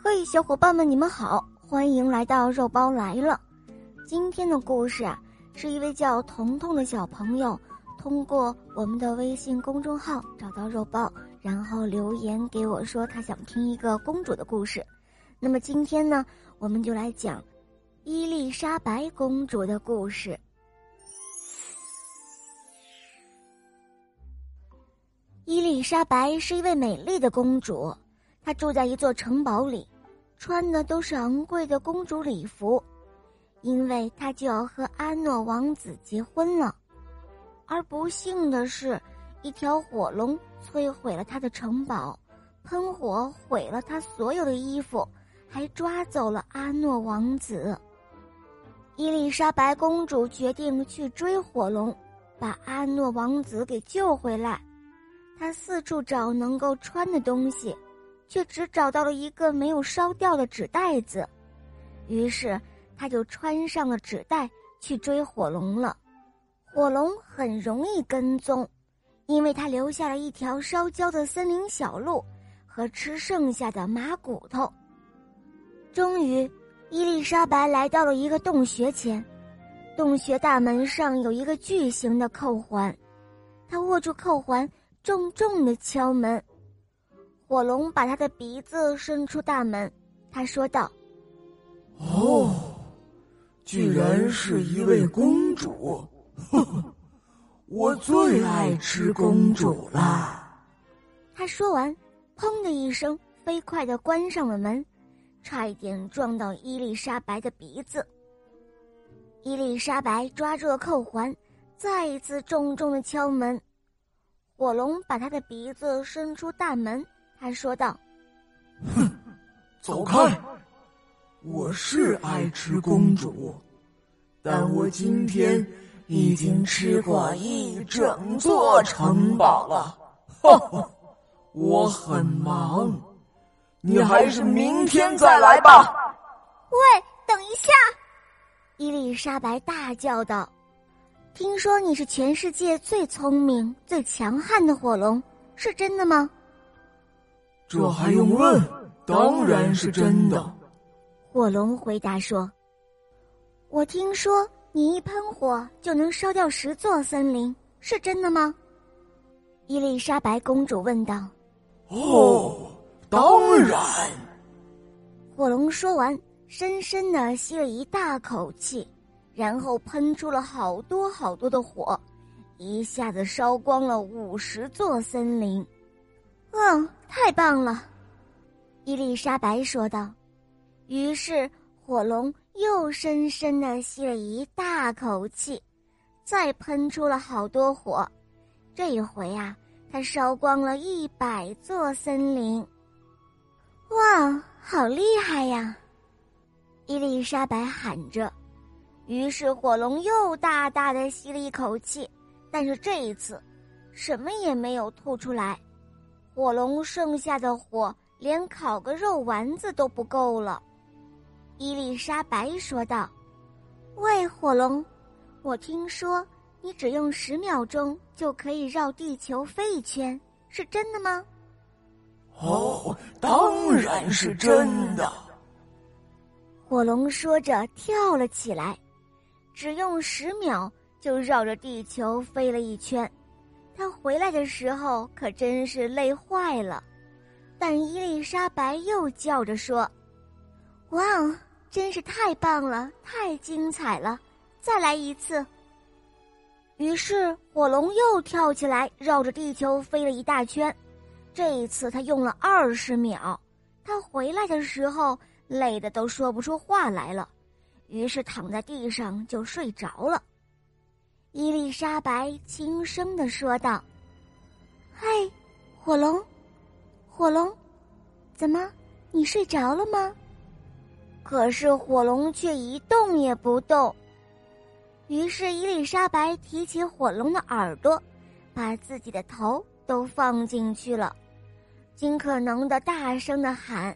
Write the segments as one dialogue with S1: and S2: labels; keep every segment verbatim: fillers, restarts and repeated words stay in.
S1: 嘿，小伙伴们，你们好，欢迎来到肉包来了。今天的故事啊，是一位叫彤彤的小朋友通过我们的微信公众号找到肉包，然后留言给我说他想听一个公主的故事。那么今天呢，我们就来讲伊丽莎白公主的故事。伊丽莎白是一位美丽的公主，她住在一座城堡里，穿的都是昂贵的公主礼服，因为她就要和阿诺王子结婚了。而不幸的是，一条火龙摧毁了她的城堡，喷火毁了她所有的衣服，还抓走了阿诺王子。伊丽莎白公主决定去追火龙，把阿诺王子给救回来。她四处找能够穿的东西，却只找到了一个没有烧掉的纸袋子，于是他就穿上了纸袋去追火龙了。火龙很容易跟踪，因为他留下了一条烧焦的森林小路和吃剩下的马骨头。终于，伊丽莎白来到了一个洞穴前，洞穴大门上有一个巨型的扣环，她握住扣环，重重地敲门。火龙把他的鼻子伸出大门，他说道：
S2: 哦，居然是一位公主，呵呵，我最爱吃公主啦。
S1: 他说完，砰的一声，飞快地关上了门，差一点撞到伊丽莎白的鼻子。伊丽莎白抓住了扣环，再一次重重地敲门。火龙把他的鼻子伸出大门，他说道：
S2: 哼，走开！我是爱吃公主，但我今天已经吃过一整座城堡了。哈哈，我很忙，你还是明天再来吧。
S1: 喂，等一下！伊丽莎白大叫道：听说你是全世界最聪明、最强悍的火龙，是真的吗？
S2: 这还用问？当然是真的。
S1: 火龙回答说：我听说你一喷火就能烧掉十座森林，是真的吗？伊丽莎白公主问道。
S2: 哦，当然。
S1: 火龙说完，深深地吸了一大口气，然后喷出了好多好多的火，一下子烧光了五十座森林。嗯，太棒了，伊丽莎白说道。于是火龙又深深地吸了一大口气，再喷出了好多火，这一回啊，它烧光了一百座森林。哇，好厉害呀！伊丽莎白喊着。于是火龙又大大地吸了一口气，但是这一次什么也没有吐出来。火龙剩下的火连烤个肉丸子都不够了。伊丽莎白说道：喂，火龙，我听说你只用十秒钟就可以绕地球飞一圈，是真的吗？
S2: 哦，当然是真的。
S1: 火龙说着跳了起来，只用十秒就绕着地球飞了一圈。他回来的时候可真是累坏了，但伊丽莎白又叫着说：哇，真是太棒了，太精彩了，再来一次。于是火龙又跳起来，绕着地球飞了一大圈。这一次他用了二十秒，他回来的时候累得都说不出话来了，于是躺在地上就睡着了。伊丽莎白轻声地说道：嗨，火龙，火龙，怎么，你睡着了吗？可是火龙却一动也不动。于是伊丽莎白提起火龙的耳朵，把自己的头都放进去了，尽可能的大声地喊：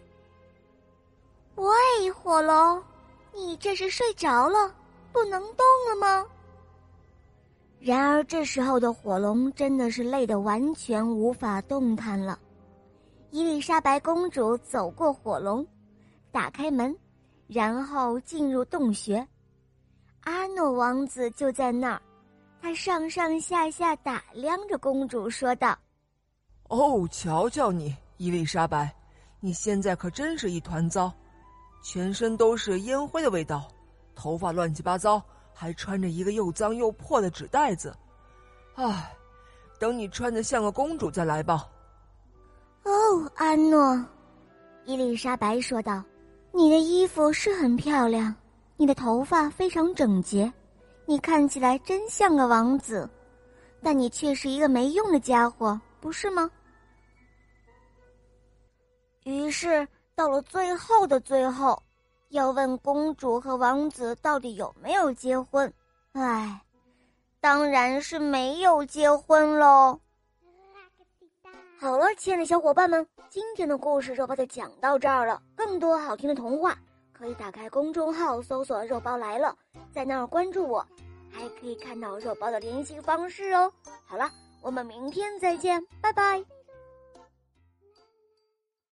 S1: 喂，火龙，你这是睡着了，不能动了吗？然而这时候的火龙真的是累得完全无法动弹了。伊丽莎白公主走过火龙， 打开门，然后进入洞穴。阿诺王子就在那儿，他上上下下打量着公主，说道：
S3: 哦，瞧瞧你，伊丽莎白，你现在可真是一团糟，全身都是烟灰的味道，头发乱七八糟，还穿着一个又脏又破的纸袋子。唉，等你穿得像个公主再来吧。
S1: 哦，安诺，伊丽莎白说道，你的衣服是很漂亮，你的头发非常整洁，你看起来真像个王子，但你却是一个没用的家伙，不是吗？于是到了最后的最后，要问公主和王子到底有没有结婚。唉，当然是没有结婚喽。好了，亲爱的小伙伴们，今天的故事肉包就讲到这儿了。更多好听的童话可以打开公众号搜索肉包来了，在那儿关注我，还可以看到肉包的联系方式哦。好了，我们明天再见，拜拜。